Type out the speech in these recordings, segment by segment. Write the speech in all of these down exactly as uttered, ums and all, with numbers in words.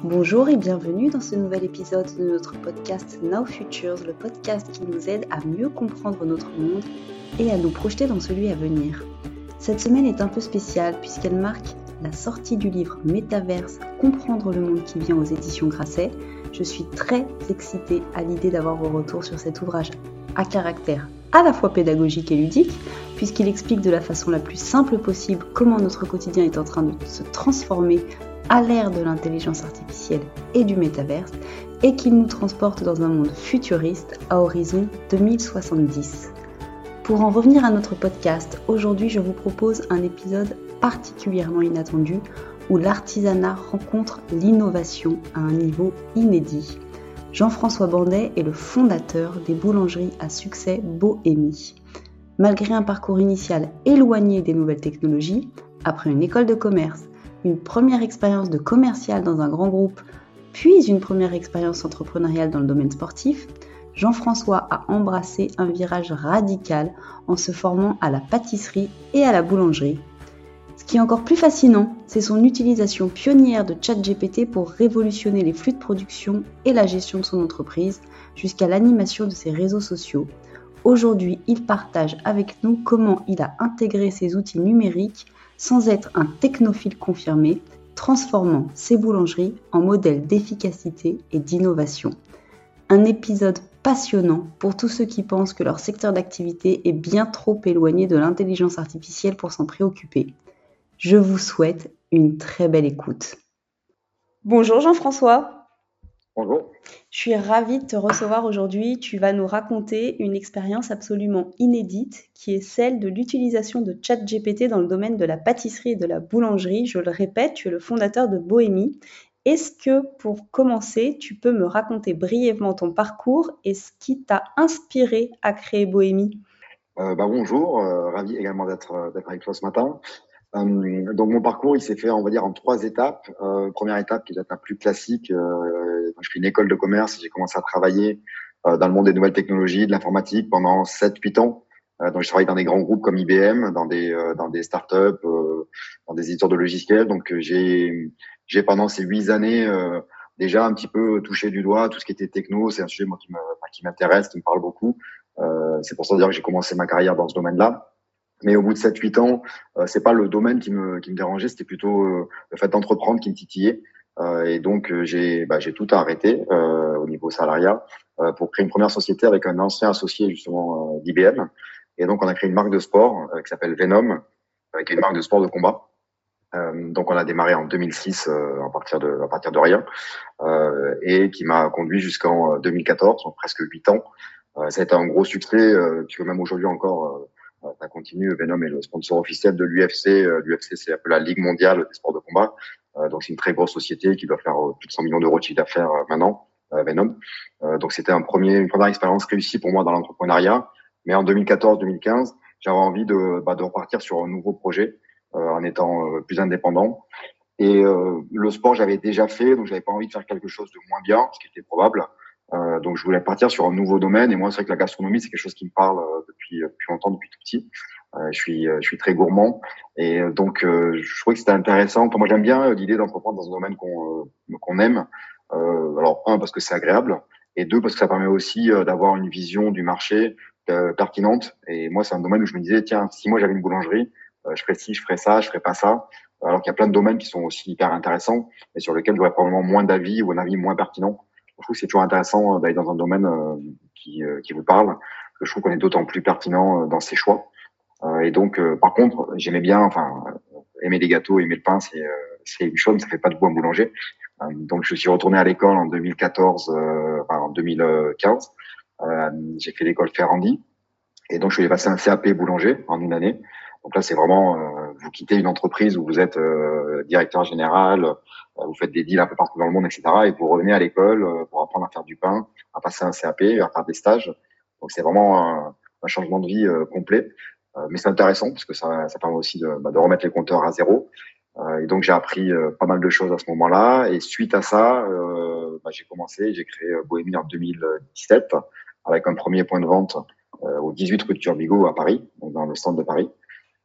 Bonjour et bienvenue dans ce nouvel épisode de notre podcast Now Futures, le podcast qui nous aide à mieux comprendre notre monde et à nous projeter dans celui à venir. Cette semaine est un peu spéciale puisqu'elle marque la sortie du livre Métaverse, comprendre le monde qui vient aux éditions Grasset. Je suis très excitée à l'idée d'avoir vos retours sur cet ouvrage à caractère à la fois pédagogique et ludique, puisqu'il explique de la façon la plus simple possible comment notre quotidien est en train de se transformer à l'ère de l'intelligence artificielle et du métaverse, et qu'il nous transporte dans un monde futuriste à horizon deux mille soixante-dix. Pour en revenir à notre podcast, aujourd'hui je vous propose un épisode particulièrement inattendu où l'artisanat rencontre l'innovation à un niveau inédit. Jean-François Bandet est le fondateur des boulangeries à succès Bohémie. Malgré un parcours initial éloigné des nouvelles technologies, après une école de commerce, une première expérience de commercial dans un grand groupe, puis une première expérience entrepreneuriale dans le domaine sportif, Jean-François a embrassé un virage radical en se formant à la pâtisserie et à la boulangerie. Ce qui est encore plus fascinant, c'est son utilisation pionnière de ChatGPT pour révolutionner les flux de production et la gestion de son entreprise, jusqu'à l'animation de ses réseaux sociaux. Aujourd'hui, il partage avec nous comment il a intégré ces outils numériques sans être un technophile confirmé, transformant ses boulangeries en modèle d'efficacité et d'innovation. Un épisode passionnant pour tous ceux qui pensent que leur secteur d'activité est bien trop éloigné de l'intelligence artificielle pour s'en préoccuper. Je vous souhaite une très belle écoute. Bonjour Jean-François. Bonjour. Je suis ravie de te recevoir aujourd'hui. Tu vas nous raconter une expérience absolument inédite qui est celle de l'utilisation de ChatGPT dans le domaine de la pâtisserie et de la boulangerie. Je le répète, tu es le fondateur de Bohémie. Est-ce que pour commencer, tu peux me raconter brièvement ton parcours et ce qui t'a inspiré à créer Bohémie ? euh, bah Bonjour, euh, ravi également d'être, d'être avec toi ce matin. Euh, donc mon parcours, il s'est fait, on va dire, en trois étapes. Euh, première étape, qui est l'étape plus classique. Euh, je fais une école de commerce et j'ai commencé à travailler euh, dans le monde des nouvelles technologies, de l'informatique pendant sept huit ans. Euh, donc je travaille dans des grands groupes comme I B M, dans des euh, dans des startups, euh, dans des éditeurs de logiciels. Donc euh, j'ai j'ai pendant ces huit années euh, déjà un petit peu touché du doigt tout ce qui était techno. C'est un sujet moi qui me qui m'intéresse, qui me parle beaucoup. Euh, c'est pour ça dire que j'ai commencé ma carrière dans ce domaine-là. Mais au bout de sept huit ans, euh, c'est pas le domaine qui me qui me dérangeait, c'était plutôt euh, le fait d'entreprendre qui me titillait. Euh, et donc euh, j'ai bah, j'ai tout arrêté euh, au niveau salariat euh, pour créer une première société avec un ancien associé justement euh, d'I B M. Et donc on a créé une marque de sport euh, qui s'appelle Venom, euh, qui est une marque de sport de combat. Euh, donc on a démarré en deux mille six euh, à partir de à partir de rien euh, et qui m'a conduit jusqu'en deux mille quatorze, donc presque huit ans. Euh, ça a été un gros succès, euh, puisque même aujourd'hui encore. Euh, Ça continue. Venom est le sponsor officiel de l'U F C. Euh, L'U F C, c'est un peu la Ligue mondiale des sports de combat. Euh, donc, c'est une très grosse société qui doit faire euh, plus de cent millions d'euros de chiffre d'affaires euh, maintenant, euh, Venom. Euh, donc, c'était un premier, une première expérience réussie pour moi dans l'entrepreneuriat. Mais en deux mille quatorze deux mille quinze, j'avais envie de, bah, de repartir sur un nouveau projet euh, en étant euh, plus indépendant. Et euh, le sport, j'avais déjà fait, donc j'avais pas envie de faire quelque chose de moins bien, ce qui était probable. Euh, donc je voulais partir sur un nouveau domaine. Et moi, c'est vrai que la gastronomie, c'est quelque chose qui me parle euh, depuis, euh, depuis longtemps, depuis tout petit. Euh, je suis, euh, je suis très gourmand, et euh, donc euh, je trouvais que c'était intéressant. Moi, j'aime bien euh, l'idée d'entreprendre dans un domaine qu'on euh, qu'on aime. Euh, alors un, parce que c'est agréable, et deux, parce que ça permet aussi euh, d'avoir une vision du marché euh, pertinente. Et moi, c'est un domaine où je me disais, tiens, si moi j'avais une boulangerie, euh, je ferais ci, je ferais ça, je ferais pas ça. Alors qu'il y a plein de domaines qui sont aussi hyper intéressants, et sur lesquels j'aurais probablement moins d'avis ou un avis moins pertinent. Je trouve que c'est toujours intéressant d'aller dans un domaine euh, qui, euh, qui vous parle. Je trouve qu'on est d'autant plus pertinent euh, dans ses choix. Euh, et donc, euh, par contre, j'aimais bien, enfin, euh, aimer les gâteaux, aimer le pain, c'est, euh, c'est une chose, mais ça fait pas de bout un boulanger. Euh, donc, je suis retourné à l'école en deux mille quatorze, euh, enfin, en deux mille quinze. Euh, j'ai fait l'école Ferrandi. Et donc, je suis passé un C A P boulanger en une année. Donc là, c'est vraiment, euh, vous quittez une entreprise où vous êtes euh, directeur général, euh, vous faites des deals un peu partout dans le monde, et cetera. Et vous revenez à l'école euh, pour apprendre à faire du pain, à passer un C A P, à faire des stages. Donc c'est vraiment un, un changement de vie euh, complet. Euh, mais c'est intéressant parce que ça, ça permet aussi de, bah, de remettre les compteurs à zéro. Euh, et donc j'ai appris euh, pas mal de choses à ce moment-là. Et suite à ça, euh, bah, j'ai commencé, j'ai créé euh, Bohémie en deux mille dix-sept avec un premier point de vente euh, au dix-huit rue de Turbigo à Paris, donc dans le centre de Paris.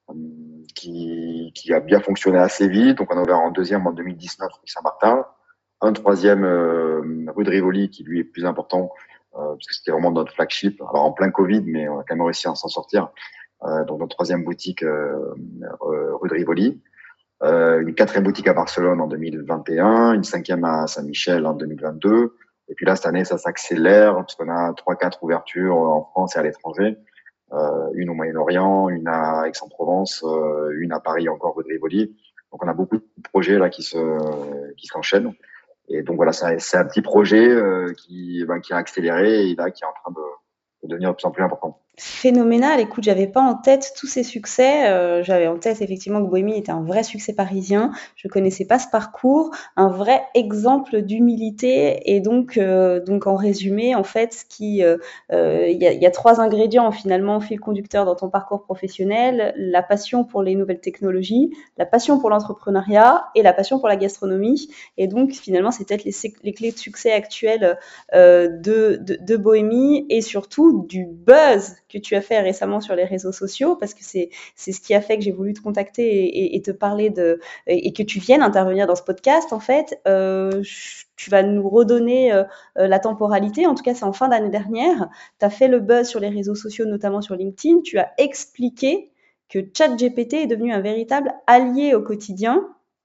Qui, qui a bien fonctionné assez vite. Donc, on a ouvert en deuxième en deux mille dix-neuf rue Saint-Martin. un troisième euh, rue de Rivoli qui lui est plus important euh, parce que c'était vraiment notre flagship. Alors en plein Covid, mais on a quand même réussi à s'en sortir. Euh, donc notre troisième boutique euh, euh, rue de Rivoli. Euh, une quatrième boutique à Barcelone en deux mille vingt et un, une cinquième à Saint-Michel en deux mille vingt-deux. Et puis là, cette année, ça s'accélère parce qu'on a trois, quatre ouvertures en France et à l'étranger. Euh, une au Moyen-Orient, une à Aix-en-Provence, euh, une à Paris encore, rue de Rivoli. Donc on a beaucoup de projets là qui se qui s'enchaînent. Et donc voilà, c'est, c'est un petit projet euh, qui ben, qui a accéléré et là qui est en train de, de devenir de plus en plus important. Phénoménal. Écoute, j'avais pas en tête tous ces succès. Euh, j'avais en tête effectivement que Bohémie était un vrai succès parisien. Je connaissais pas ce parcours, un vrai exemple d'humilité. Et donc, euh, donc en résumé, en fait, ce qui, euh, euh, il y a, il y a trois ingrédients finalement fil conducteur dans ton parcours professionnel: la passion pour les nouvelles technologies, la passion pour l'entrepreneuriat et la passion pour la gastronomie. Et donc, finalement, c'est peut-être les, les clés de succès actuelles euh, de, de, de Bohémie et surtout du buzz que tu as fait récemment sur les réseaux sociaux, parce que c'est c'est ce qui a fait que j'ai voulu te contacter et, et, et te parler de et, et que tu viennes intervenir dans ce podcast. En fait, euh, tu vas nous redonner euh, la temporalité. En tout cas, c'est en fin d'année dernière. Tu as fait le buzz sur les réseaux sociaux, notamment sur LinkedIn. Tu as expliqué que ChatGPT est devenu un véritable allié au quotidien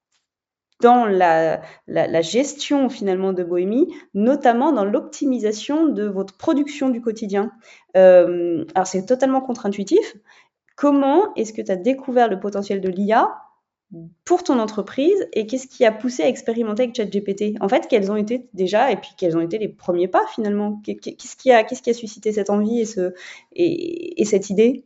dans la, la, la gestion finalement de Bohémie, notamment dans l'optimisation de votre production du quotidien. Euh, alors c'est totalement contre-intuitif. Comment est-ce que tu as découvert le potentiel de l'I A pour ton entreprise et qu'est-ce qui a poussé à expérimenter avec ChatGPT? En fait, quels ont été déjà, et puis quels ont été les premiers pas finalement? Qu'est-ce qui a, qu'est-ce qui a suscité cette envie et, ce, et, et cette idée?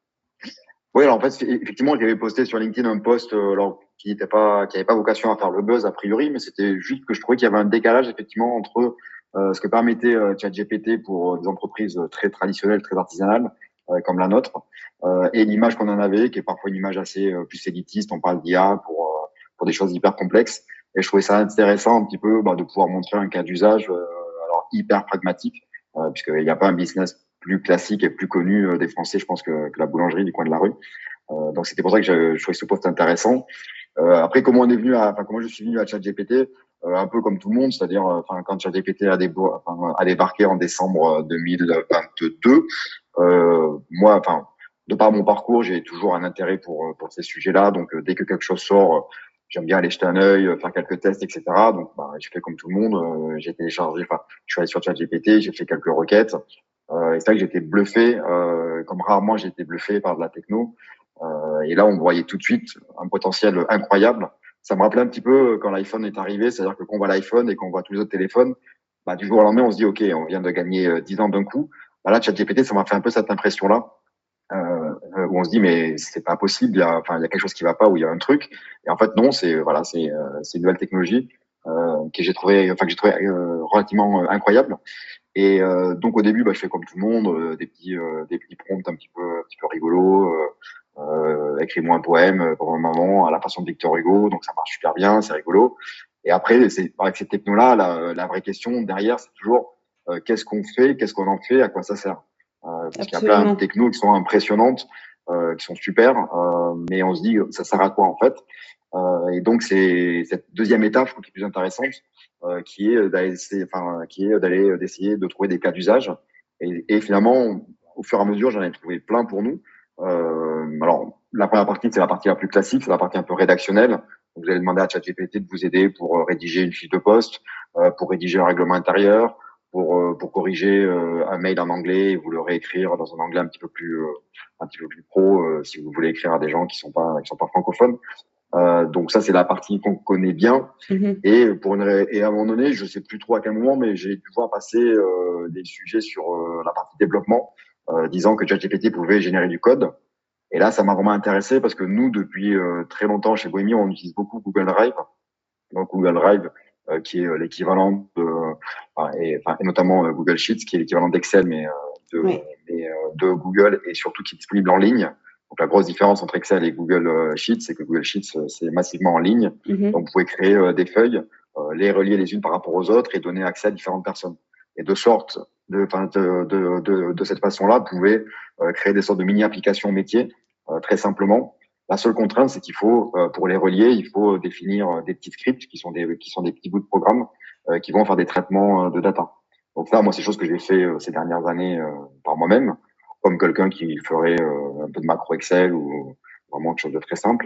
Oui, alors en fait, effectivement, j'avais posté sur LinkedIn un post euh, alors, qui n'était pas, qui n'avait pas vocation à faire le buzz a priori, mais c'était juste que je trouvais qu'il y avait un décalage effectivement entre euh, ce que permettait euh, ChatGPT pour euh, des entreprises très traditionnelles, très artisanales, euh, comme la nôtre, euh, et l'image qu'on en avait, qui est parfois une image assez euh, plus élitiste. On parle d'I A pour euh, pour des choses hyper complexes, et je trouvais ça intéressant un petit peu bah, de pouvoir montrer un cas d'usage, euh, alors hyper pragmatique, euh, puisqu'il n'y a pas un business plus classique et plus connu euh, des Français, je pense, que, que la boulangerie du coin de la rue. Euh, donc c'était pour ça que je, je trouvais ce post intéressant. Euh, après, comment on est venu à, enfin comment je suis venu à ChatGPT, euh, un peu comme tout le monde, c'est-à-dire, enfin quand ChatGPT a, débo- enfin, a débarqué en décembre deux mille vingt-deux, euh, moi, enfin de par mon parcours, j'ai toujours un intérêt pour pour ces sujets-là. Donc euh, dès que quelque chose sort, euh, j'aime bien aller jeter un œil, faire quelques tests, et cetera. Donc bah, j'ai fait comme tout le monde, euh, j'ai téléchargé, enfin je suis allé sur ChatGPT, j'ai fait quelques requêtes. Euh, et c'est vrai que j'étais bluffé, euh, comme rarement j'ai été bluffé par de la techno. Euh, et là, on voyait tout de suite un potentiel incroyable. Ça me rappelait un petit peu quand l'iPhone est arrivé, c'est-à-dire que quand on voit l'iPhone et qu'on voit tous les autres téléphones, bah, du jour au lendemain, on se dit, OK, on vient de gagner euh, dix ans d'un coup. Bah, là, ChatGPT, ça m'a fait un peu cette impression-là, euh, où on se dit, mais c'est pas possible, il y a, enfin, il y a quelque chose qui va pas, ou il y a un truc. Et en fait, non, c'est, voilà, c'est, euh, c'est une nouvelle technologie, euh, que j'ai trouvé, enfin, que j'ai trouvé euh, relativement euh, incroyable. Et euh, donc au début, bah, je fais comme tout le monde, euh, des petits, euh, des petits prompts un petit peu, un petit peu rigolos. Euh, euh, écris-moi un poème pour un moment à la façon de Victor Hugo, donc ça marche super bien, c'est rigolo. Et après, c'est avec ces technos-là, la, la vraie question derrière, c'est toujours euh, qu'est-ce qu'on fait, qu'est-ce qu'on en fait, à quoi ça sert. Euh, parce qu'il y a plein de technos qui sont impressionnantes, euh, qui sont super, euh, mais on se dit ça sert à quoi en fait. Euh, et donc c'est cette deuxième étape, je trouve, qui est plus intéressante, euh, qui est d'aller, enfin, qui est d'aller d'essayer de trouver des cas d'usage. Et, et finalement, au fur et à mesure, j'en ai trouvé plein pour nous. Euh, alors, la première partie, c'est la partie la plus classique, c'est la partie un peu rédactionnelle. Donc, vous allez demander à ChatGPT de vous aider pour euh, rédiger une fiche de poste, euh, pour rédiger un règlement intérieur, pour euh, pour corriger euh, un mail en anglais et vous le réécrire dans un anglais un petit peu plus euh, un petit peu plus pro euh, si vous voulez écrire à des gens qui sont pas qui sont pas francophones. Euh, donc ça, c'est la partie qu'on connaît bien. Mm-hmm. Et pour une ré... et à un moment donné, je sais plus trop à quel moment, mais j'ai dû voir passer euh, des sujets sur euh, la partie développement, euh, disant que ChatGPT pouvait générer du code. Et là, ça m'a vraiment intéressé parce que nous, depuis euh, très longtemps chez Bohémie, on utilise beaucoup Google Drive. Donc Google Drive, euh, qui est l'équivalent de, euh, et, enfin, et notamment euh, Google Sheets, qui est l'équivalent d'Excel, mais, euh, de, oui. mais euh, de Google, et surtout qui est disponible en ligne. Donc la grosse différence entre Excel et Google Sheets, c'est que Google Sheets, c'est massivement en ligne. Mm-hmm. Donc vous pouvez créer euh, des feuilles, euh, les relier les unes par rapport aux autres et donner accès à différentes personnes. Et de sorte, de, de, de, de, de cette façon-là, vous pouvez euh, créer des sortes de mini-applications métiers, euh, très simplement. La seule contrainte, c'est qu'il faut, euh, pour les relier, il faut définir des petits scripts qui sont des, qui sont des petits bouts de programme euh, qui vont faire des traitements euh, de data. Donc ça, moi, c'est des choses que j'ai fait euh, ces dernières années euh, par moi-même, comme quelqu'un qui ferait euh, un peu de macro Excel ou vraiment quelque chose de très simple.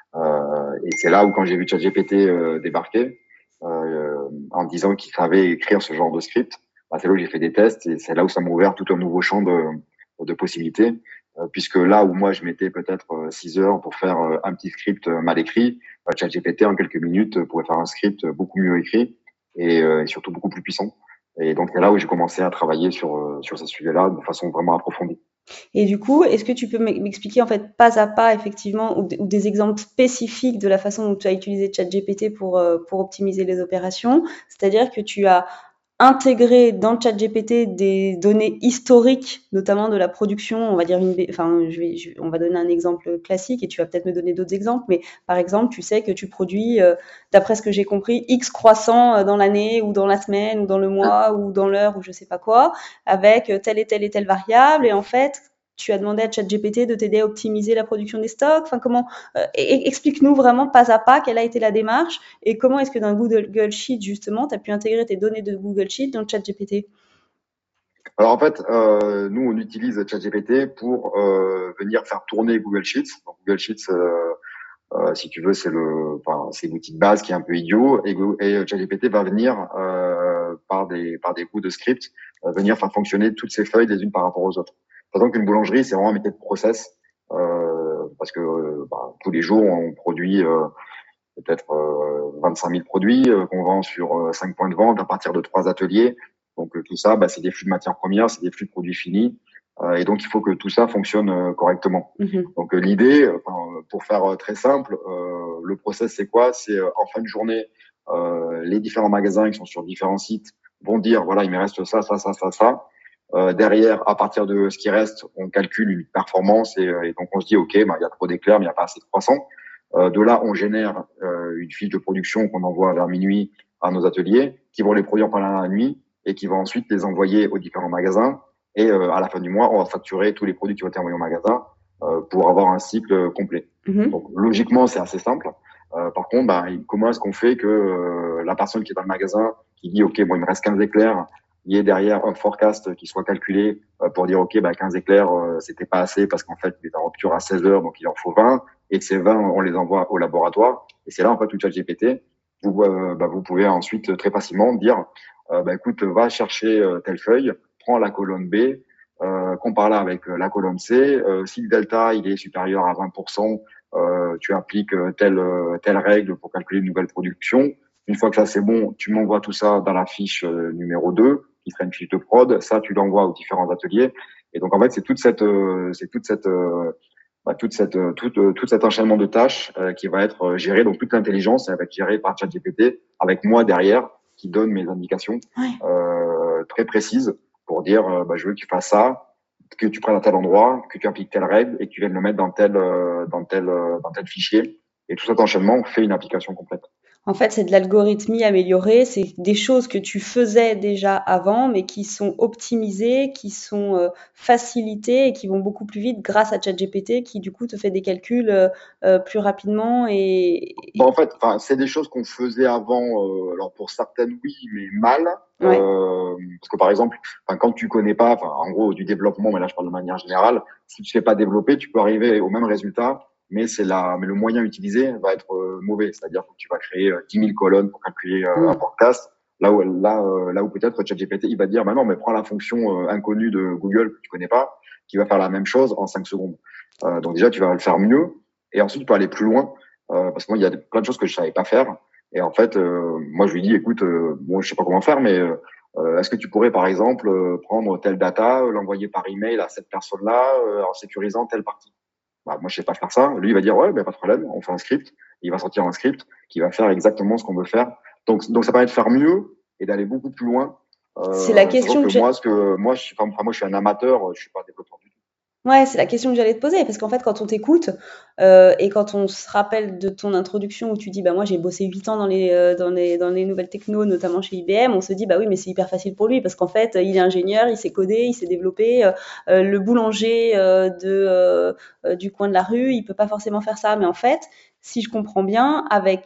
Euh, et c'est là où, quand j'ai vu ChatGPT euh, débarquer, euh, en disant qu'il savait écrire ce genre de script, bah, c'est là où j'ai fait des tests et c'est là où ça m'a ouvert tout un nouveau champ de, de possibilités. Euh, puisque là où moi je mettais peut-être euh, six heures pour faire euh, un petit script euh, mal écrit, bah, ChatGPT en quelques minutes euh, pouvait faire un script beaucoup mieux écrit et, euh, et surtout beaucoup plus puissant. Et donc c'est là où j'ai commencé à travailler sur euh, sur ces sujets-là de façon vraiment approfondie. Et du coup, est-ce que tu peux m'expliquer en fait pas à pas effectivement ou, ou des exemples spécifiques de la façon dont tu as utilisé ChatGPT pour euh, pour optimiser les opérations? C'est-à-dire que tu as intégrer dans le chat G P T des données historiques, notamment de la production, on va dire une, enfin, je vais, je, on va donner un exemple classique et tu vas peut-être me donner d'autres exemples, mais par exemple, tu sais que tu produis, euh, d'après ce que j'ai compris, X croissants dans l'année ou dans la semaine ou dans le mois ou dans l'heure ou je sais pas quoi, avec telle et telle et telle variable et en fait, tu as demandé à ChatGPT de t'aider à optimiser la production des stocks. Enfin, comment euh, explique-nous vraiment pas à pas quelle a été la démarche et comment est-ce que dans Google Sheet, justement, tu as pu intégrer tes données de Google Sheet dans le ChatGPT? Alors en fait, euh, nous on utilise ChatGPT pour euh, venir faire tourner Google Sheets. Donc, Google Sheets, euh, euh, si tu veux, c'est le, enfin, c'est l'outil de base qui est un peu idiot et, et ChatGPT va venir euh, par des par des bouts de script euh, venir faire fonctionner toutes ces feuilles les unes par rapport aux autres. Sachant qu'une boulangerie, c'est vraiment un métier de process euh, parce que euh, bah, tous les jours on produit euh, peut-être euh, vingt-cinq mille produits euh, qu'on vend sur euh, cinq points de vente à partir de trois ateliers. Donc euh, tout ça, bah, c'est des flux de matières premières, c'est des flux de produits finis. Euh, et donc il faut que tout ça fonctionne euh, correctement. Mmh. Donc euh, l'idée, enfin, pour faire euh, très simple, euh, le process c'est quoi? C'est euh, en fin de journée, euh, les différents magasins qui sont sur différents sites vont dire voilà, il me reste ça, ça, ça, ça, ça. Euh, derrière, à partir de ce qui reste, on calcule une performance et, et donc on se dit ok, bah, il y a trop d'éclairs, mais il n'y a pas assez de croissants. Euh, de là, on génère euh, une fiche de production qu'on envoie vers minuit à nos ateliers, qui vont les produire pendant la nuit et qui vont ensuite les envoyer aux différents magasins. Et euh, à la fin du mois, on va facturer tous les produits qui ont été envoyés au magasin euh, pour avoir un cycle complet. Mmh. Donc logiquement, c'est assez simple. Euh, par contre, bah, comment est-ce qu'on fait que euh, la personne qui est dans le magasin, qui dit ok, bon, il me reste quinze éclairs, il y ait derrière un forecast qui soit calculé euh, pour dire ok, bah, quinze éclairs, euh, c'était pas assez parce qu'en fait, il est en rupture à seize heures, donc il en faut vingt et que ces vingt, on les envoie au laboratoire. Et c'est là, en fait, tout ChatGPT, vous, euh, bah, vous pouvez ensuite très facilement dire, euh, bah, écoute, va chercher euh, telle feuille, prends la colonne B, euh, compare-la avec euh, la colonne C. Euh, si le delta il est supérieur à vingt pour cent, euh, tu appliques euh, telle, euh, telle règle pour calculer une nouvelle production. Une fois que ça c'est bon, tu m'envoies tout ça dans la fiche euh, numéro deux, qui serait une fiche de prod. Ça, tu l'envoies aux différents ateliers. Et donc, en fait, c'est toute cette, euh, c'est toute cette, euh, bah, toute cette, euh, toute, euh, tout cet enchaînement de tâches euh, qui va être euh, géré. Donc toute l'intelligence elle va être gérée par ChatGPT avec moi derrière qui donne mes indications Ouais. euh, très précises pour dire euh, bah, je veux que tu fasses ça, que tu prennes à tel endroit, que tu appliques telle règle et que tu viennes le mettre dans tel euh, dans tel euh, dans tel fichier. Et tout cet enchaînement fait une application complète. En fait, c'est de l'algorithmie améliorée, c'est des choses que tu faisais déjà avant, mais qui sont optimisées, qui sont euh, facilitées et qui vont beaucoup plus vite grâce à ChatGPT, qui du coup te fait des calculs euh, euh, plus rapidement et, Bon, en fait, enfin, c'est des choses qu'on faisait avant. Euh, alors pour certaines, oui, mais mal. ouais. Euh, parce que par exemple, enfin, quand tu connais pas, enfin, en gros, du développement, mais là je parle de manière générale, si tu sais pas développer, tu peux arriver au même résultat, mais c'est la, mais le moyen utilisé va être euh, mauvais. C'est-à-dire que tu vas créer euh, dix mille colonnes pour calculer euh, un Mm. forecast. Là où, là, euh, là où peut-être ChatGPT, il va dire, bah non, mais prends la fonction euh, inconnue de Google que tu connais pas, qui va faire la même chose en cinq secondes. Euh, donc déjà, tu vas le faire mieux, et ensuite tu peux aller plus loin. Euh, parce que moi, il y a plein de choses que je savais pas faire. Et en fait, euh, moi, je lui dis, écoute, euh, moi, je sais pas comment faire, mais euh, est-ce que tu pourrais, par exemple, euh, prendre telle data, euh, l'envoyer par email à cette personne-là, euh, en sécurisant telle partie? Bah, moi, je sais pas faire ça. Lui, il va dire, ouais, ben, pas de problème, on fait un script. Il va sortir un script qui va faire exactement ce qu'on veut faire. Donc, donc, ça permet de faire mieux et d'aller beaucoup plus loin. C'est la Euh, sachant question que que j'ai. moi, ce que moi, je, enfin, moi, je suis un amateur, je suis pas développeur du tout. Ouais, c'est la question que j'allais te poser, parce qu'en fait, quand on t'écoute euh, et quand on se rappelle de ton introduction où tu dis, bah moi j'ai bossé huit ans dans les euh, dans les dans les nouvelles techno, notamment chez I B M, on se dit bah oui, mais c'est hyper facile pour lui parce qu'en fait, il est ingénieur, il sait coder, il sait développer. Euh, euh, le boulanger euh, de euh, euh, du coin de la rue, il peut pas forcément faire ça, mais en fait, si je comprends bien, avec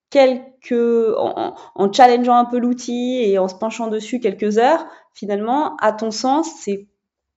quelques, en, en challengeant un peu l'outil et en se penchant dessus quelques heures, finalement, à ton sens, c'est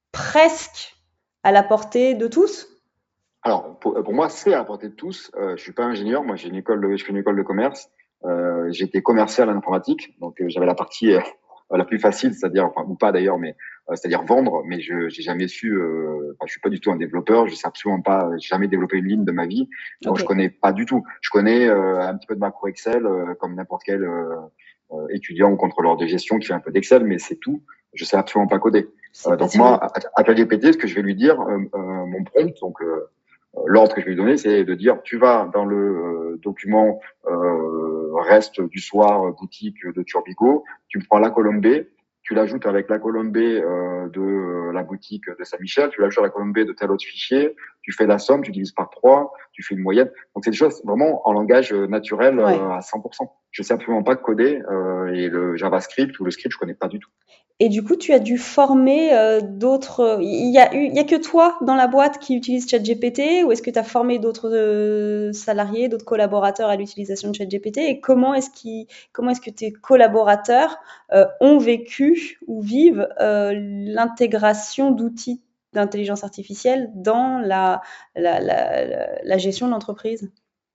presque à la portée de tous? Alors, pour, pour moi, c'est à la portée de tous. Euh, je suis pas ingénieur. Moi, j'ai une école, de- je fais une école de commerce. Euh, j'étais commercial en informatique, donc euh, j'avais la partie euh, la plus facile, c'est-à-dire, enfin, ou pas d'ailleurs, mais euh, c'est-à-dire vendre. Mais je j'ai jamais su. Euh, enfin, je suis pas du tout un développeur. Je sais absolument pas. J'ai jamais développé une ligne de ma vie, donc Ok. je connais pas du tout. Je connais euh, un petit peu de macro Excel, euh, comme n'importe quel euh, euh, étudiant ou contrôleur de gestion qui fait un peu d'Excel, mais c'est tout. Je sais absolument pas coder. C'est Euh, donc moi, passionnant. à, à ChatGPT, ce que je vais lui dire, euh, euh, mon prompt, donc euh, l'ordre que je vais lui donner, c'est de dire tu vas dans le euh, document euh, reste du soir euh, boutique de Turbigo, tu prends la colonne B, tu l'ajoutes avec la colonne B euh, de euh, la boutique de Saint-Michel, tu l'ajoutes à la colonne B de tel autre fichier, tu fais la somme, tu divises par trois, tu fais une moyenne. Donc c'est des choses vraiment en langage naturel Ouais. euh, à cent pour cent. Je sais absolument pas coder euh, et le JavaScript ou le script, je connais pas du tout. Et du coup, tu as dû former euh, d'autres. Il y a eu, il y a que toi dans la boîte qui utilise ChatGPT, ou est-ce que tu as formé d'autres euh, salariés, d'autres collaborateurs à l'utilisation de ChatGPT? Et comment est-ce qu'ils, comment est-ce que tes collaborateurs euh, ont vécu ou vivent euh, l'intégration d'outils d'intelligence artificielle dans la, la, la, la, la gestion de l'entreprise?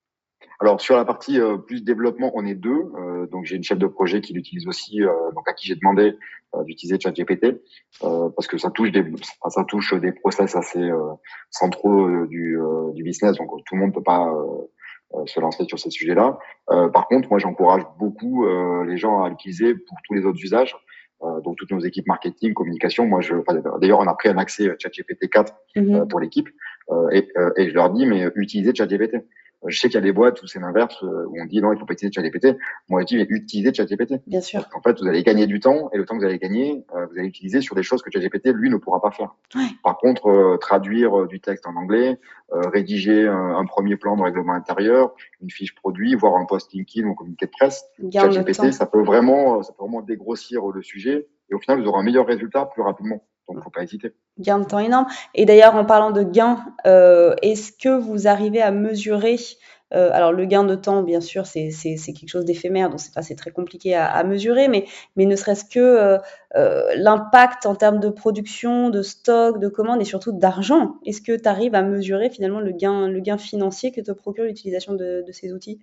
Alors sur la partie euh, plus développement, on est deux. Euh, donc j'ai une chef de projet qui l'utilise aussi, euh, donc à qui j'ai demandé euh, d'utiliser ChatGPT euh, parce que ça touche des, enfin, ça touche des process assez euh, centraux euh, du, euh, du business. Donc tout le monde peut pas euh, euh, se lancer sur ces sujets-là. Euh, par contre, moi j'encourage beaucoup euh, les gens à l'utiliser pour tous les autres usages. Euh, donc toutes nos équipes marketing, communication. Moi, je, enfin, d'ailleurs, on a pris un accès ChatGPT quatre euh, Mhm. pour l'équipe euh, et, euh, et je leur dis mais utilisez ChatGPT. Je sais qu'il y a des boîtes où c'est l'inverse, euh, où on dit non, il faut pas utiliser ChatGPT. Moi, je dis, mais utilisez ChatGPT. Bien Parce sûr. qu'en fait, vous allez gagner du temps, et le temps que vous allez gagner, euh, vous allez l'utiliser sur des choses que ChatGPT, lui, ne pourra pas faire. Ouais. Par contre, euh, traduire euh, du texte en anglais, euh, rédiger un, un premier plan de règlement intérieur, une fiche produit, voire un post LinkedIn ou un communiqué de presse, Gain de ChatGPT, temps. ça peut vraiment, ça peut vraiment dégrossir le sujet, et au final, vous aurez un meilleur résultat plus rapidement. Donc, faut pas hésiter. Gain de temps énorme. Et d'ailleurs, en parlant de gain, euh, est-ce que vous arrivez à mesurer, euh, alors le gain de temps, bien sûr, c'est c'est c'est quelque chose d'éphémère, donc c'est pas c'est très compliqué à, à mesurer, mais mais ne serait-ce que euh, euh, l'impact en termes de production, de stock, de commandes et surtout d'argent. Est-ce que tu arrives à mesurer finalement le gain le gain financier que te procure l'utilisation de, de ces outils?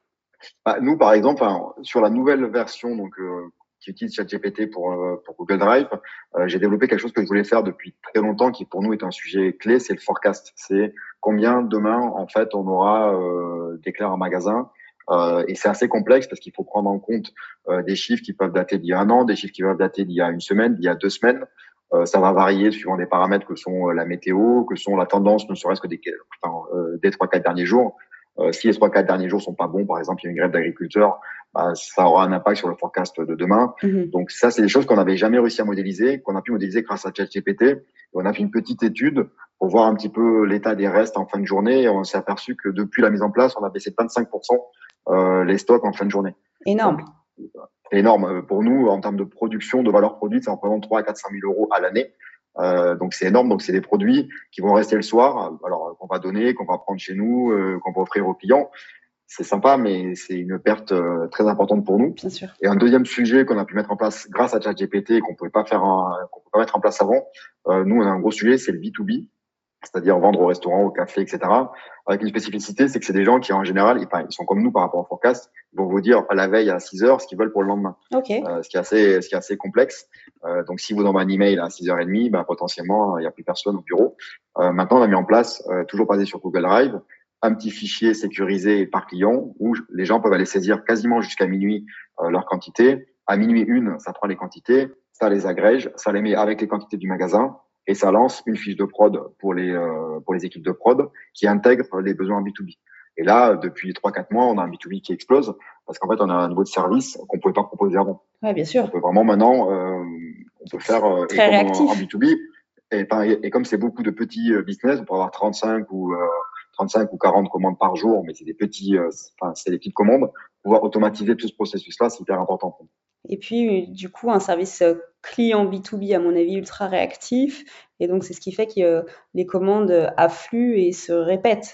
Bah, nous, par exemple, enfin, sur la nouvelle version donc euh, qui utilise ChatGPT pour euh, pour Google Drive, euh, j'ai développé quelque chose que je voulais faire depuis très longtemps, qui pour nous est un sujet clé, c'est le forecast. C'est combien demain, en fait, on aura euh, d'éclairs en magasin. Euh, et c'est assez complexe parce qu'il faut prendre en compte euh, des chiffres qui peuvent dater d'il y a un an, des chiffres qui peuvent dater d'il y a une semaine, d'il y a deux semaines. Euh, ça va varier suivant des paramètres que sont euh, la météo, que sont la tendance, ne serait-ce que des, enfin, euh, des trois quatre derniers jours. Euh, si les trois quatre derniers jours sont pas bons, par exemple, il y a une grève d'agriculteurs, bah, ça aura un impact sur le forecast de demain. Mhm. Donc ça, c'est des choses qu'on n'avait jamais réussi à modéliser, qu'on a pu modéliser grâce à ChatGPT. Et on a fait une petite étude pour voir un petit peu l'état des restes en fin de journée. Et on s'est aperçu que depuis la mise en place, on a baissé de vingt-cinq pour cent euh, les stocks en fin de journée. Donc Énorme. c'est énorme pour nous en termes de production, de valeur produite, ça représente trois à quatre cent mille euros à l'année. Euh, donc c'est énorme. Donc c'est des produits qui vont rester le soir, alors qu'on va donner, qu'on va prendre chez nous, euh, qu'on va offrir aux clients. C'est sympa, mais c'est une perte euh, très importante pour nous. Bien sûr. Et un deuxième sujet qu'on a pu mettre en place grâce à ChatGPT et qu'on pouvait pas faire, un, qu'on pouvait pas mettre en place avant, euh, nous on a un gros sujet, c'est le B deux B, c'est-à-dire vendre au restaurant, au café, et cetera. Avec une spécificité, c'est que c'est des gens qui en général, ils, enfin, ils sont comme nous par rapport au forecast, ils vont vous dire à la veille à six heures ce qu'ils veulent pour le lendemain, Ok. euh, ce qui est assez, ce qui est assez complexe. Euh, donc si vous envoyez un email à six heures trente, ben, potentiellement il n'y a plus personne au bureau. Euh, maintenant on a mis en place, euh, toujours basé sur Google Drive, un petit fichier sécurisé par client où les gens peuvent aller saisir quasiment jusqu'à minuit euh, leur quantité. À minuit une, ça prend les quantités, ça les agrège, ça les met avec les quantités du magasin et ça lance une fiche de prod pour les euh, pour les équipes de prod qui intègrent les besoins B deux B. Et là, depuis trois quatre mois, on a un B deux B qui explose parce qu'en fait, on a un niveau de service qu'on pouvait pas proposer avant. Ouais, bien On sûr. peut vraiment maintenant, euh, on peut faire euh, et Très comme en, en réactif. B deux B et, et, et comme c'est beaucoup de petits euh, business, on peut avoir trente-cinq ou euh, trente-cinq ou quarante commandes par jour, mais c'est des petits, euh, enfin c'est des petites commandes. Pouvoir automatiser tout ce processus-là, c'est hyper important. Et puis, du coup, un service euh, client B deux B, à mon avis, ultra réactif. Et donc, c'est ce qui fait que euh, les commandes affluent et se répètent.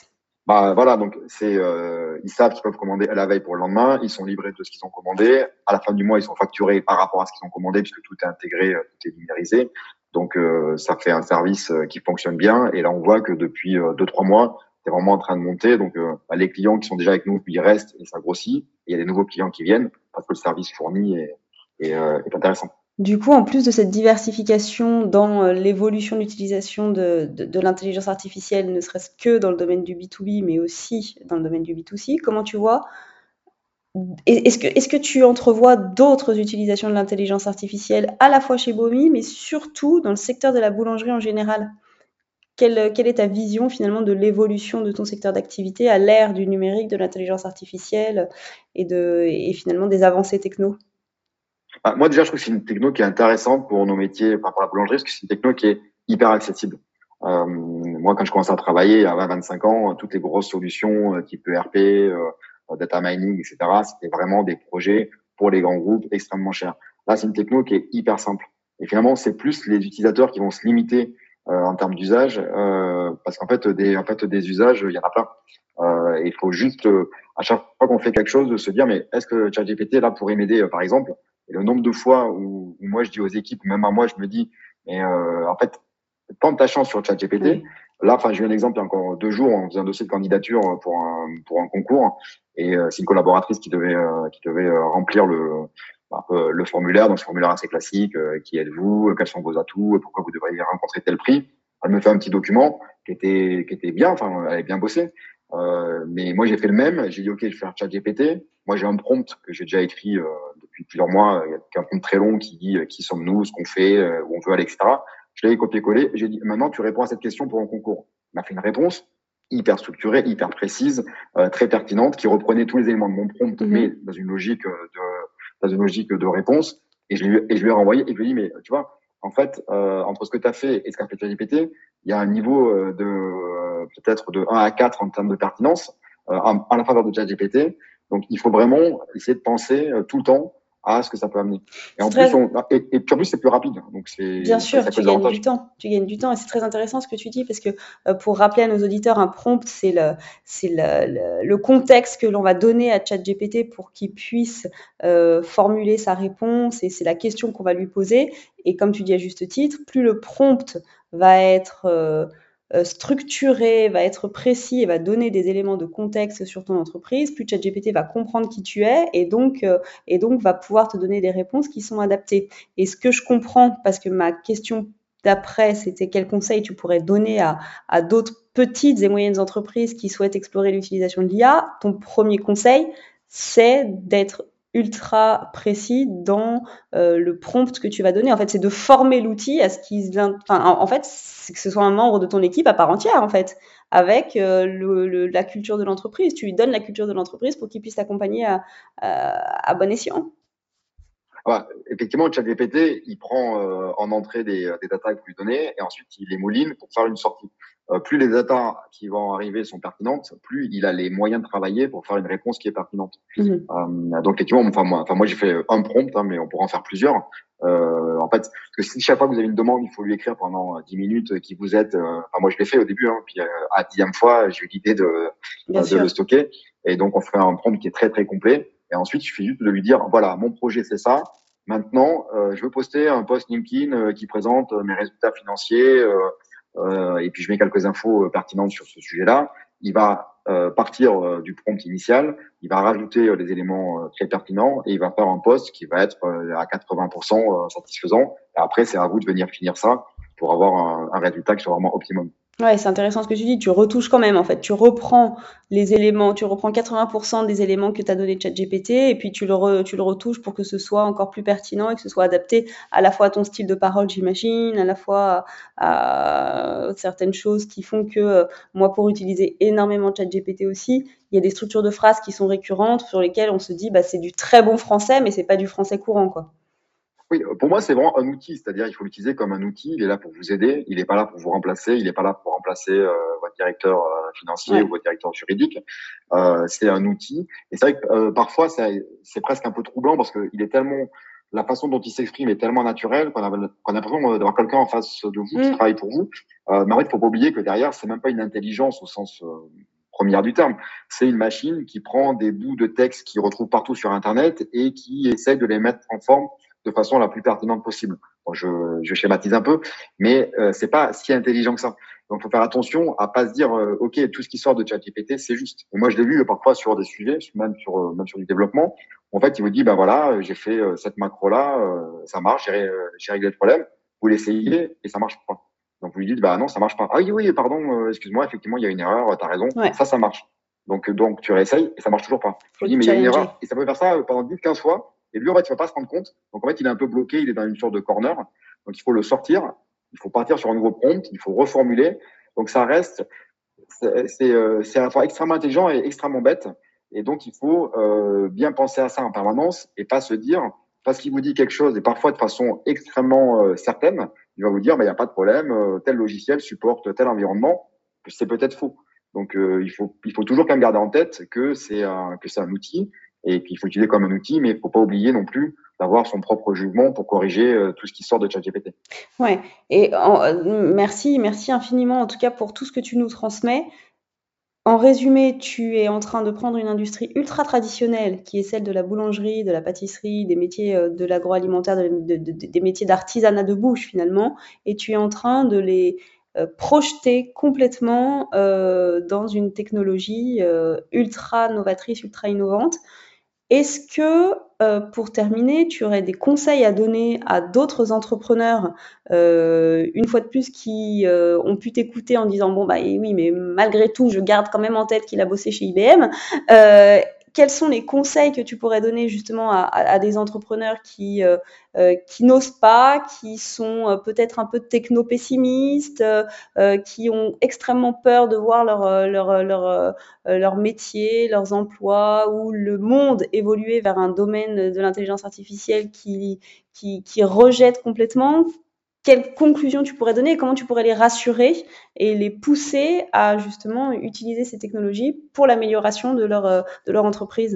Bah voilà, donc c'est euh, ils savent qu'ils peuvent commander à la veille pour le lendemain, ils sont livrés de ce qu'ils ont commandé. À la fin du mois, ils sont facturés par rapport à ce qu'ils ont commandé puisque tout est intégré, euh, tout est numérisé. Donc euh, ça fait un service euh, qui fonctionne bien. Et là, on voit que depuis euh, deux trois mois, c'est vraiment en train de monter. Donc euh, bah, les clients qui sont déjà avec nous, ils restent et ça grossit. Et il y a des nouveaux clients qui viennent parce que le service fourni est, est, euh, est intéressant. Du coup, en plus de cette diversification dans euh, l'évolution de l'utilisation de, de, de l'intelligence artificielle, ne serait-ce que dans le domaine du B deux B, mais aussi dans le domaine du B deux C, comment tu vois, est-ce que, est-ce que tu entrevois d'autres utilisations de l'intelligence artificielle à la fois chez Bomi, mais surtout dans le secteur de la boulangerie en général? Quelle, quelle est ta vision finalement de l'évolution de ton secteur d'activité à l'ère du numérique, de l'intelligence artificielle et, de, et finalement des avancées techno? Bah, moi déjà, je trouve que c'est une techno qui est intéressante pour nos métiers, enfin pour la boulangerie, parce que c'est une techno qui est hyper accessible. Euh, moi, quand je commençais à travailler à vingt vingt-cinq ans, toutes les grosses solutions euh, type E R P, euh, data mining, et cetera, c'était vraiment des projets pour les grands groupes extrêmement chers. Là, c'est une techno qui est hyper simple. Et finalement, c'est plus les utilisateurs qui vont se limiter euh, en termes d'usage, euh, parce qu'en fait, des, en fait, des usages, il y en a plein. Euh, il faut juste, euh, à chaque fois qu'on fait quelque chose, de se dire, mais est-ce que ChatGPT est là pourrait m'aider, euh, par exemple? Et le nombre de fois où, où moi je dis aux équipes, même à moi, je me dis, mais euh, en fait, tente ta chance sur ChatGPT. Oui. Là, enfin, j'ai eu un exemple il y a encore deux jours, on faisait un dossier de candidature pour un pour un concours, et euh, c'est une collaboratrice qui devait euh, qui devait euh, remplir le bah, euh, le formulaire, donc ce formulaire assez classique, euh, qui êtes-vous, quels sont vos atouts, pourquoi vous devriez rencontrer tel prix. Elle me fait un petit document qui était qui était bien, enfin, elle avait bien bossé. Euh, mais moi, j'ai fait le même. J'ai dit, OK, je vais faire ChatGPT. Moi, j'ai un prompt que j'ai déjà écrit euh, depuis plusieurs mois, il y a un prompt très long qui dit euh, qui sommes-nous, ce qu'on fait, euh, où on veut aller, et cetera. Je l'ai copié-collé. J'ai dit, maintenant, tu réponds à cette question pour un concours. Il m'a fait une réponse hyper structurée, hyper précise, euh, très pertinente, qui reprenait tous les éléments de mon prompt, Mhm. mais dans une logique de dans une logique de réponse. Et je lui, et je lui ai renvoyé et je lui ai dit, mais tu vois, en fait, euh, entre ce que tu as fait et ce qu'a fait ChatGPT, il y a un niveau euh, de euh, peut-être de un à quatre en termes de pertinence euh, en, en la faveur de ChatGPT. Donc, il faut vraiment essayer de penser euh, tout le temps à ce que ça peut amener. Et C'est en plus, très, on, et, et puis en plus, c'est plus rapide. Donc, Bien c'est, ça, sûr, ça tu cause gagnes du davantage. temps. Tu gagnes du temps et c'est très intéressant ce que tu dis parce que euh, pour rappeler à nos auditeurs, un prompt, c'est le, c'est le, le, le contexte que l'on va donner à ChatGPT pour qu'il puisse euh, formuler sa réponse et c'est la question qu'on va lui poser. Et comme tu dis à juste titre, plus le prompt va être euh, euh, structuré, va être précis et va donner des éléments de contexte sur ton entreprise, plus ChatGPT va comprendre qui tu es et donc, euh, et donc va pouvoir te donner des réponses qui sont adaptées. Et ce que je comprends, parce que ma question d'après, c'était quel conseil tu pourrais donner à, à d'autres petites et moyennes entreprises qui souhaitent explorer l'utilisation de l'I A, ton premier conseil, c'est d'être ultra précis dans euh, le prompt que tu vas donner. En fait, c'est de former l'outil à ce qu'il... Enfin, en, en fait, c'est que ce soit un membre de ton équipe à part entière, en fait, avec euh, le, le, la culture de l'entreprise. Tu lui donnes la culture de l'entreprise pour qu'il puisse t'accompagner à, à, à bon escient. Ah bah, effectivement, ChatGPT, il prend euh, en entrée des, des datas que vous lui donnez et ensuite il les mouline pour faire une sortie. Euh, plus les datas qui vont arriver sont pertinentes, plus il a les moyens de travailler pour faire une réponse qui est pertinente. Mmh. Euh, donc effectivement, enfin moi, enfin moi j'ai fait un prompt, hein, mais on pourra en faire plusieurs. Euh, en fait, parce que si chaque fois que vous avez une demande, il faut lui écrire pendant dix minutes qui vous êtes. Euh, enfin moi je l'ai fait au début, hein, puis euh, à la dixième fois, j'ai eu l'idée de Bien de le sûr. stocker. Et donc on fait un prompt qui est très très complet. Et ensuite, il suffit juste de lui dire, voilà, mon projet c'est ça. Maintenant, euh, je veux poster un post LinkedIn euh, qui présente euh, mes résultats financiers euh, euh, et puis je mets quelques infos euh, pertinentes sur ce sujet-là. Il va euh, partir euh, du prompt initial, il va rajouter euh, des éléments euh, très pertinents et il va faire un post qui va être euh, à quatre-vingts pour cent euh, satisfaisant. Et après, c'est à vous de venir finir ça pour avoir un, un résultat qui soit vraiment optimum. Ouais, c'est intéressant ce que tu dis. Tu retouches quand même, en fait. Tu reprends les éléments, tu reprends quatre-vingts pour cent des éléments que t'as donné ChatGPT et puis tu le, re- tu le retouches pour que ce soit encore plus pertinent et que ce soit adapté à la fois à ton style de parole, j'imagine, à la fois à, à certaines choses qui font que, euh, moi, pour utiliser énormément ChatGPT aussi, il y a des structures de phrases qui sont récurrentes sur lesquelles on se dit, bah, c'est du très bon français, mais c'est pas du français courant, quoi. Oui, pour moi, c'est vraiment un outil, c'est-à-dire il faut l'utiliser comme un outil. Il est là pour vous aider, il n'est pas là pour vous remplacer, il n'est pas là pour remplacer euh, votre directeur euh, financier ou Ouais. votre directeur juridique. Euh, c'est un outil. Et c'est vrai que euh, parfois, c'est, c'est presque un peu troublant parce que il est tellement, la façon dont il s'exprime est tellement naturelle qu'on a, qu'on a l'impression d'avoir quelqu'un en face de vous qui Mm. travaille pour vous. Euh, mais en fait, il faut pas oublier que derrière, c'est même pas une intelligence au sens euh, première du terme. C'est une machine qui prend des bouts de texte qu'il retrouve partout sur Internet et qui essaie de les mettre en forme de façon la plus pertinente possible. Bon, je, je schématise un peu, mais euh, c'est pas si intelligent que ça. Donc, faut faire attention à pas se dire, euh, ok, tout ce qui sort de ChatGPT, c'est juste. Et moi, je l'ai vu euh, parfois sur des sujets, même sur euh, même sur du développement. En fait, il vous dit, ben voilà, j'ai fait euh, cette macro-là, euh, ça marche, j'ai, euh, j'ai réglé le problème. Vous l'essayez et ça marche pas. Donc, vous lui dites, bah non, ça marche pas. Ah oui, oui, pardon, euh, excuse-moi, effectivement, il y a une erreur, t'as raison. Ouais. Ça, ça marche. Donc, euh, donc, tu réessayes et ça marche toujours pas. Faut Je dis, le mais il y a une challenger. erreur. Et ça peut faire ça euh, pendant dix, quinze fois. Et lui, en fait, il va pas se rendre compte. Donc, en fait, il est un peu bloqué, il est dans une sorte de corner. Donc, il faut le sortir. Il faut partir sur un nouveau prompt. Il faut reformuler. Donc, ça reste, c'est, c'est, euh, c'est à la fois extrêmement intelligent et extrêmement bête. Et donc, il faut euh, bien penser à ça en permanence et pas se dire, parce qu'il vous dit quelque chose et parfois de façon extrêmement euh, certaine, il va vous dire, il bah, n'y a pas de problème, euh, tel logiciel supporte tel environnement. C'est peut-être faux. Donc, euh, il faut, il faut toujours quand même garder en tête que c'est un, que c'est un outil et qu'il faut l'utiliser comme un outil, mais il faut pas oublier non plus d'avoir son propre jugement pour corriger euh, tout ce qui sort de ChatGPT. Ouais. Et en, euh, merci, merci infiniment en tout cas pour tout ce que tu nous transmets. En résumé, tu es en train de prendre une industrie ultra traditionnelle qui est celle de la boulangerie, de la pâtisserie, des métiers euh, de l'agroalimentaire, de, de, de, des métiers d'artisanat de bouche finalement, et tu es en train de les euh, projeter complètement euh, dans une technologie euh, ultra novatrice, ultra innovante. Est-ce que, euh, pour terminer, tu aurais des conseils à donner à d'autres entrepreneurs, euh, une fois de plus, qui euh, ont pu t'écouter en disant, bon, bah eh oui, mais malgré tout, je garde quand même en tête qu'il a bossé chez I B M. Euh, quels sont les conseils que tu pourrais donner justement à, à, à des entrepreneurs qui, euh, euh, qui n'osent pas, qui sont euh, peut-être un peu techno-pessimistes, euh, euh, qui ont extrêmement peur de voir leur, euh, leur, leur, euh, leur métier, leurs emplois, ou le monde évoluer vers un domaine de l'intelligence artificielle qui, qui, qui rejette complètement? Quelles conclusions tu pourrais donner et comment tu pourrais les rassurer et les pousser à justement utiliser ces technologies pour l'amélioration de leur, de leur entreprise?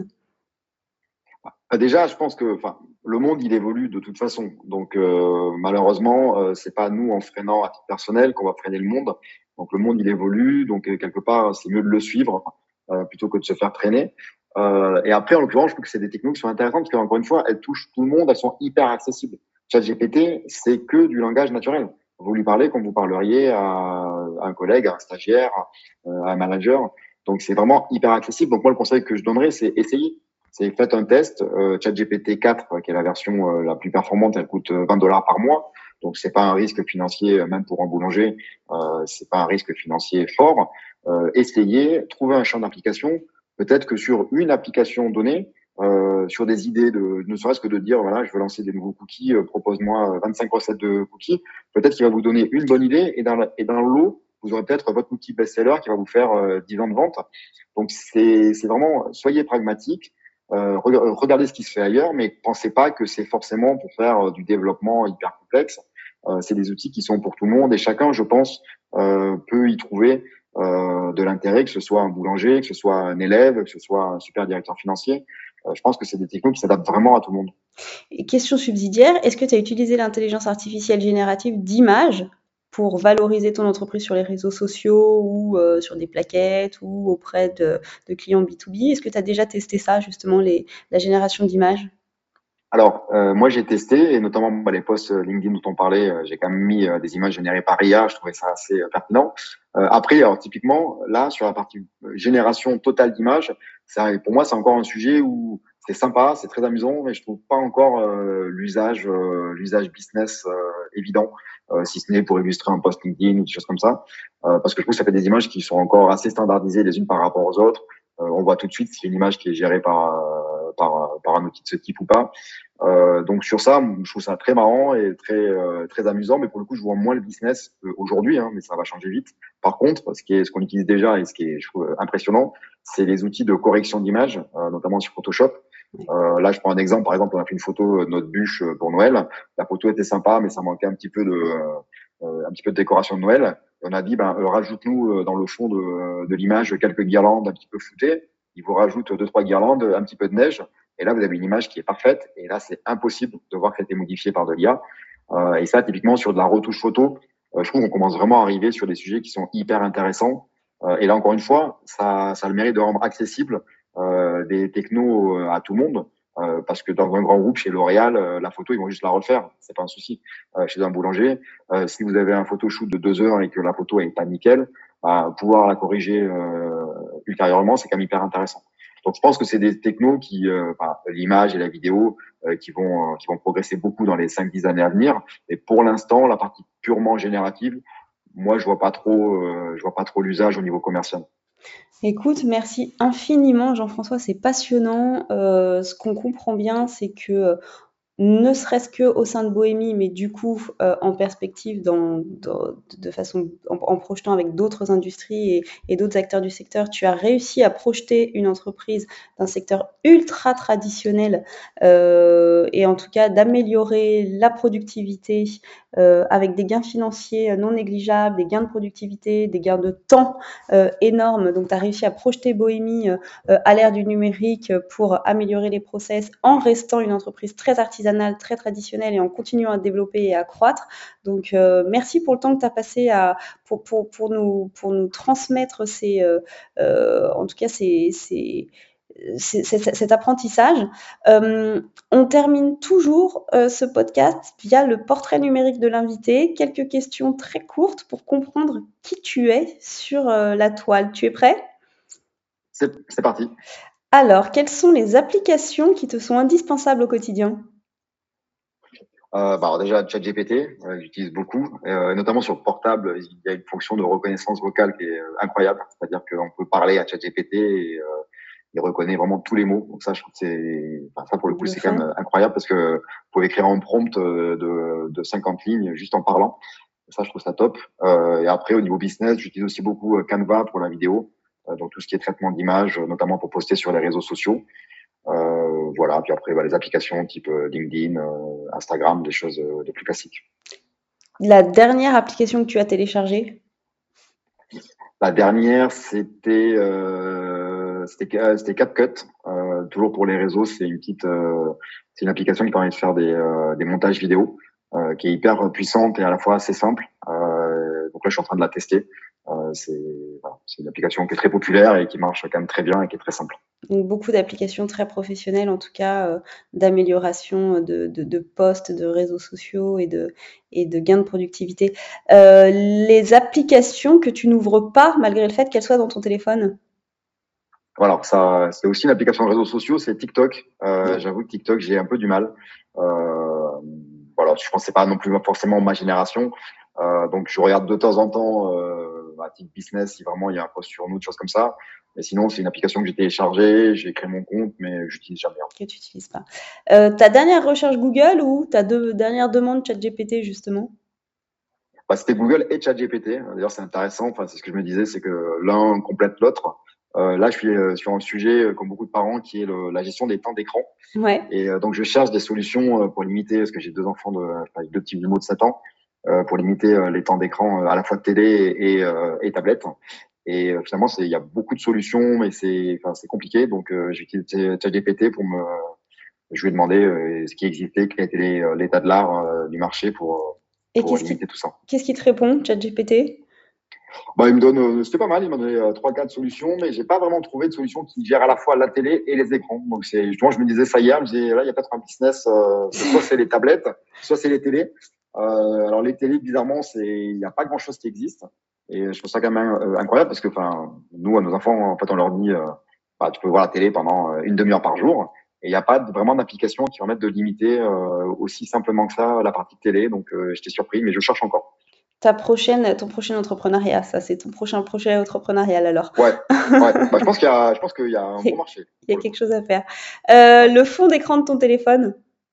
Déjà, je pense que, enfin, le monde il évolue de toute façon. Donc euh, malheureusement, euh, c'est pas nous en freinant à titre personnel qu'on va freiner le monde. Donc le monde il évolue, donc euh, quelque part c'est mieux de le suivre euh, plutôt que de se faire traîner. Euh, et après, en l'occurrence, je trouve que c'est des technos qui sont intéressantes parce qu'encore une fois, elles touchent tout le monde, elles sont hyper accessibles. ChatGPT, c'est que du langage naturel. Vous lui parlez comme vous parleriez à, à un collègue, à un stagiaire, euh, à un manager. Donc c'est vraiment hyper accessible. Donc moi, le conseil que je donnerais, c'est essayer. C'est faites un test. Euh, ChatGPT quatre, qui est la version euh, la plus performante, elle coûte vingt dollars par mois. Donc c'est pas un risque financier, même pour un boulanger, euh, c'est pas un risque financier fort. Euh, essayez, trouvez un champ d'application. Peut-être que sur une application donnée, euh, sur des idées de, ne serait-ce que de dire, voilà, je veux lancer des nouveaux cookies, euh, propose-moi vingt-cinq recettes de cookies. Peut-être qu'il va vous donner une bonne idée et dans, la, et dans l'eau, vous aurez peut-être votre outil best-seller qui va vous faire euh, dix ans de vente. Donc c'est, c'est vraiment, soyez pragmatique. Euh, regardez ce qui se fait ailleurs, mais pensez pas que c'est forcément pour faire euh, du développement hyper complexe. Euh, c'est des outils qui sont pour tout le monde et chacun, je pense, euh, peut y trouver euh, de l'intérêt, que ce soit un boulanger, que ce soit un élève, que ce soit un super directeur financier. Euh, je pense que c'est des technos qui s'adaptent vraiment à tout le monde. Et question subsidiaire, est-ce que tu as utilisé l'intelligence artificielle générative d'images pour valoriser ton entreprise sur les réseaux sociaux ou euh, sur des plaquettes ou auprès de, de clients B deux B? Est-ce que tu as déjà testé ça, justement, les, la génération d'images? Alors, euh, moi, j'ai testé, et notamment bah, les posts LinkedIn dont on parlait, euh, j'ai quand même mis euh, des images générées par I A, je trouvais ça assez euh, pertinent. Euh, après, alors typiquement, là, sur la partie génération totale d'images, ça, pour moi, c'est encore un sujet où c'est sympa, c'est très amusant, mais je trouve pas encore euh, l'usage, euh, l'usage business euh, évident, euh, si ce n'est pour illustrer un post LinkedIn ou des choses comme ça, euh, parce que je trouve que ça fait des images qui sont encore assez standardisées les unes par rapport aux autres. Euh, on voit tout de suite si c'est une image qui est gérée par, euh, par, par un outil de ce type ou pas. Euh, donc sur ça, je trouve ça très marrant et très euh, très amusant, mais pour le coup, je vois moins le business euh, aujourd'hui, hein, mais ça va changer vite. Par contre, ce qui est ce qu'on utilise déjà et ce qui est je trouve impressionnant, c'est les outils de correction d'image, euh, notamment sur Photoshop. Euh, là, je prends un exemple. Par exemple, on a fait une photo de notre bûche pour Noël. La photo était sympa, mais ça manquait un petit peu de euh, un petit peu de décoration de Noël. Et on a dit, ben, euh, rajoute-nous dans le fond de, de l'image quelques guirlandes un petit peu floutées. Il vous rajoute deux trois guirlandes, un petit peu de neige. Et là, vous avez une image qui est parfaite. Et là, c'est impossible de voir qu'elle a été modifiée par de l'I A. Euh, et ça, typiquement, sur de la retouche photo, euh, je trouve qu'on commence vraiment à arriver sur des sujets qui sont hyper intéressants. Euh, et là, encore une fois, ça, ça a le mérite de rendre accessible euh, des technos à tout le monde. Euh, parce que dans un grand groupe, chez L'Oréal, euh, la photo, ils vont juste la refaire. C'est pas un souci. Euh, chez un boulanger, euh, si vous avez un photoshoot de deux heures et que la photo est pas nickel, euh, pouvoir la corriger euh, ultérieurement, c'est quand même hyper intéressant. Donc, je pense que c'est des technos qui, euh, enfin, l'image et la vidéo, euh, qui vont, euh, qui vont progresser beaucoup dans les cinq dix années à venir. Et pour l'instant, la partie purement générative, moi, je vois pas trop, euh, je vois pas trop l'usage au niveau commercial. Écoute, merci infiniment Jean-François, c'est passionnant. Euh, ce qu'on comprend bien, c'est que euh, ne serait-ce que au sein de Bohémie, mais du coup euh, en perspective, dans, dans- de façon en, en projetant avec d'autres industries et, et d'autres acteurs du secteur, tu as réussi à projeter une entreprise d'un secteur ultra traditionnel euh, et en tout cas d'améliorer la productivité euh, avec des gains financiers non négligeables, des gains de productivité, des gains de temps euh, énormes. Donc, tu as réussi à projeter Bohémie euh, à l'ère du numérique pour améliorer les process en restant une entreprise très artisanale, très traditionnelle et en continuant à développer et à croître. Donc, euh, merci pour le temps que tu as passé à, pour, pour, pour, nous, pour nous transmettre ces, euh, euh, en tout cas, ces, ces, c'est, c'est, cet apprentissage. Euh, on termine toujours euh, ce podcast via le portrait numérique de l'invité. Quelques questions très courtes pour comprendre qui tu es sur euh, la toile. Tu es prêt ? C'est, c'est parti. Alors, quelles sont les applications qui te sont indispensables au quotidien ? Euh, bah alors déjà, ChatGPT, euh, j'utilise beaucoup, euh, notamment sur portable. Il y a une fonction de reconnaissance vocale qui est euh, incroyable, c'est-à-dire qu'on peut parler à ChatGPT et euh, il reconnaît vraiment tous les mots. Donc ça, je trouve que c'est, enfin, ça pour le coup, c'est quand même incroyable parce que vous pouvez écrire un prompt de, de cinquante lignes juste en parlant. Ça, je trouve ça top. Euh, et après, au niveau business, j'utilise aussi beaucoup Canva pour la vidéo, euh, donc tout ce qui est traitement d'image, notamment pour poster sur les réseaux sociaux. Euh, voilà. Puis après, bah, les applications type LinkedIn, euh, Instagram, des choses euh, de plus classiques. La dernière application que tu as téléchargée ? La dernière, c'était euh, c'était c'était CapCut, euh, toujours pour les réseaux. C'est une petite, euh, c'est une application qui permet de faire des euh, des montages vidéo, euh, qui est hyper puissante et à la fois assez simple. Euh, donc là, je suis en train de la tester. Euh, c'est voilà, c'est une application qui est très populaire et qui marche quand même très bien et qui est très simple. Donc, beaucoup d'applications très professionnelles, en tout cas, euh, d'amélioration de, de, de posts, de réseaux sociaux et de, et de gains de productivité. Euh, les applications que tu n'ouvres pas, malgré le fait qu'elles soient dans ton téléphone ? Voilà, ça, c'est aussi une application de réseaux sociaux, c'est TikTok. Euh, j'avoue que TikTok, j'ai un peu du mal. Euh, voilà, je pense que c'est pas non plus forcément ma génération. Euh, donc, je regarde de temps en temps euh, à titre business si vraiment il y a un post sur nous, des choses comme ça. Mais sinon, c'est une application que j'ai téléchargée, j'ai créé mon compte, mais j'utilise jamais. Que tu n'utilises pas. Euh, ta dernière recherche Google ou ta de, dernière demande ChatGPT, justement ? Bah, c'était Google et ChatGPT. D'ailleurs, c'est intéressant. Enfin, c'est ce que je me disais, c'est que l'un complète l'autre. Euh, là, je suis euh, sur un sujet, euh, comme beaucoup de parents, qui est le, la gestion des temps d'écran. Ouais. Et euh, donc, je cherche des solutions euh, pour limiter, parce que j'ai deux enfants de, enfin, deux petits jumeaux de sept ans, euh, pour limiter euh, les temps d'écran euh, à la fois de télé et, et, euh, et tablette. Et euh, finalement, c'est, il y a beaucoup de solutions, mais c'est, enfin, c'est compliqué. Donc, euh, j'ai utilisé ChatGPT pour me, je lui ai demandé euh, ce qui existait, quel était les, l'état de l'art euh, du marché pour, Et pour qu'est-ce limiter qui, tout ça. Qu'est-ce qui te répond, ChatGPT ? Bah, il me donne, euh, c'était pas mal, il m'a donné euh, trois, quatre solutions, mais j'ai pas vraiment trouvé de solution qui gère à la fois la télé et les écrans. Donc c'est, justement, je me disais ça hier, je me disais, là, il y a peut-être un business, euh, soit c'est les tablettes, soit c'est les télés. Euh, alors les télés, bizarrement, c'est, il n'y a pas grand chose qui existe. Et je trouve ça quand même euh, incroyable parce que, enfin, nous, à nos enfants, en fait, on leur dit, euh, bah, tu peux voir la télé pendant euh, une demi-heure par jour. Et il n'y a pas de, vraiment d'application qui permette de limiter euh, aussi simplement que ça la partie télé. Donc euh, j'étais surpris, mais je cherche encore. Ta prochaine, ton prochain entrepreneuriat, ça, c'est ton prochain projet entrepreneurial alors. Ouais, ouais. Bah, je pense qu'il y a, je pense qu'il y a un bon marché. Il y a quelque chose à faire. Euh, le fond d'écran de ton téléphone ?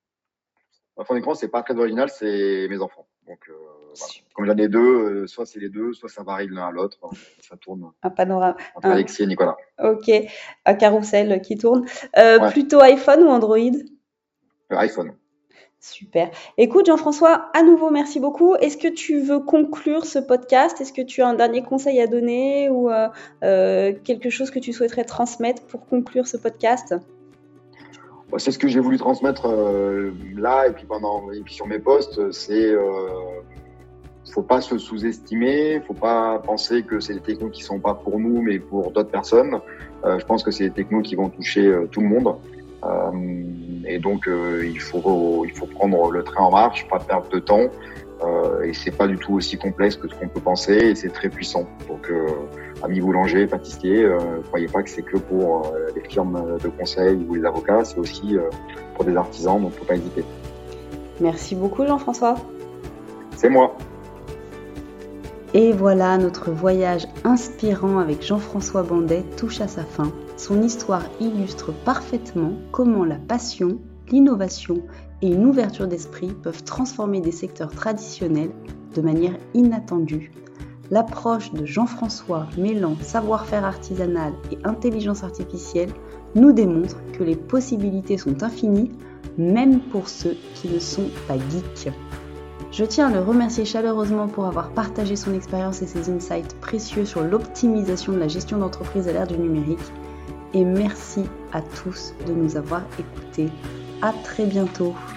Le fond d'écran, c'est pas très original, c'est mes enfants. Donc, euh, voilà. Comme j'en ai deux, euh, soit c'est les deux, soit ça varie de l'un à l'autre. Ça tourne. Un panorama. Entre un... Alexis et Nicolas. Ok, un carrousel qui tourne. Euh, ouais. Plutôt iPhone ou Android ? euh, iPhone. Super. Écoute, Jean-François, à nouveau, merci beaucoup. Est-ce que tu veux conclure ce podcast ? Est-ce que tu as un dernier conseil à donner ou euh, euh, quelque chose que tu souhaiterais transmettre pour conclure ce podcast ? C'est ce que j'ai voulu transmettre euh, là et puis pendant et puis sur mes posts, c'est euh, faut pas se sous-estimer, faut pas penser que c'est des technos qui sont pas pour nous, mais pour d'autres personnes. Euh, je pense que c'est des technos qui vont toucher euh, tout le monde. Euh, et donc, euh, il faut, il faut prendre le train en marche, pas perdre de temps. Euh, et c'est pas du tout aussi complexe que ce qu'on peut penser, et c'est très puissant. Donc, euh, amis boulangers, pâtissiers, euh, croyez pas que c'est que pour euh, les firmes de conseil ou les avocats, c'est aussi euh, pour des artisans, donc faut pas hésiter. Merci beaucoup Jean-François. C'est moi. Et voilà, notre voyage inspirant avec Jean-François Bandet touche à sa fin. Son histoire illustre parfaitement comment la passion, l'innovation et une ouverture d'esprit peuvent transformer des secteurs traditionnels de manière inattendue. L'approche de Jean-François mêlant savoir-faire artisanal et intelligence artificielle nous démontre que les possibilités sont infinies, même pour ceux qui ne sont pas geeks. Je tiens à le remercier chaleureusement pour avoir partagé son expérience et ses insights précieux sur l'optimisation de la gestion d'entreprise à l'ère du numérique. Et merci à tous de nous avoir écoutés. À très bientôt.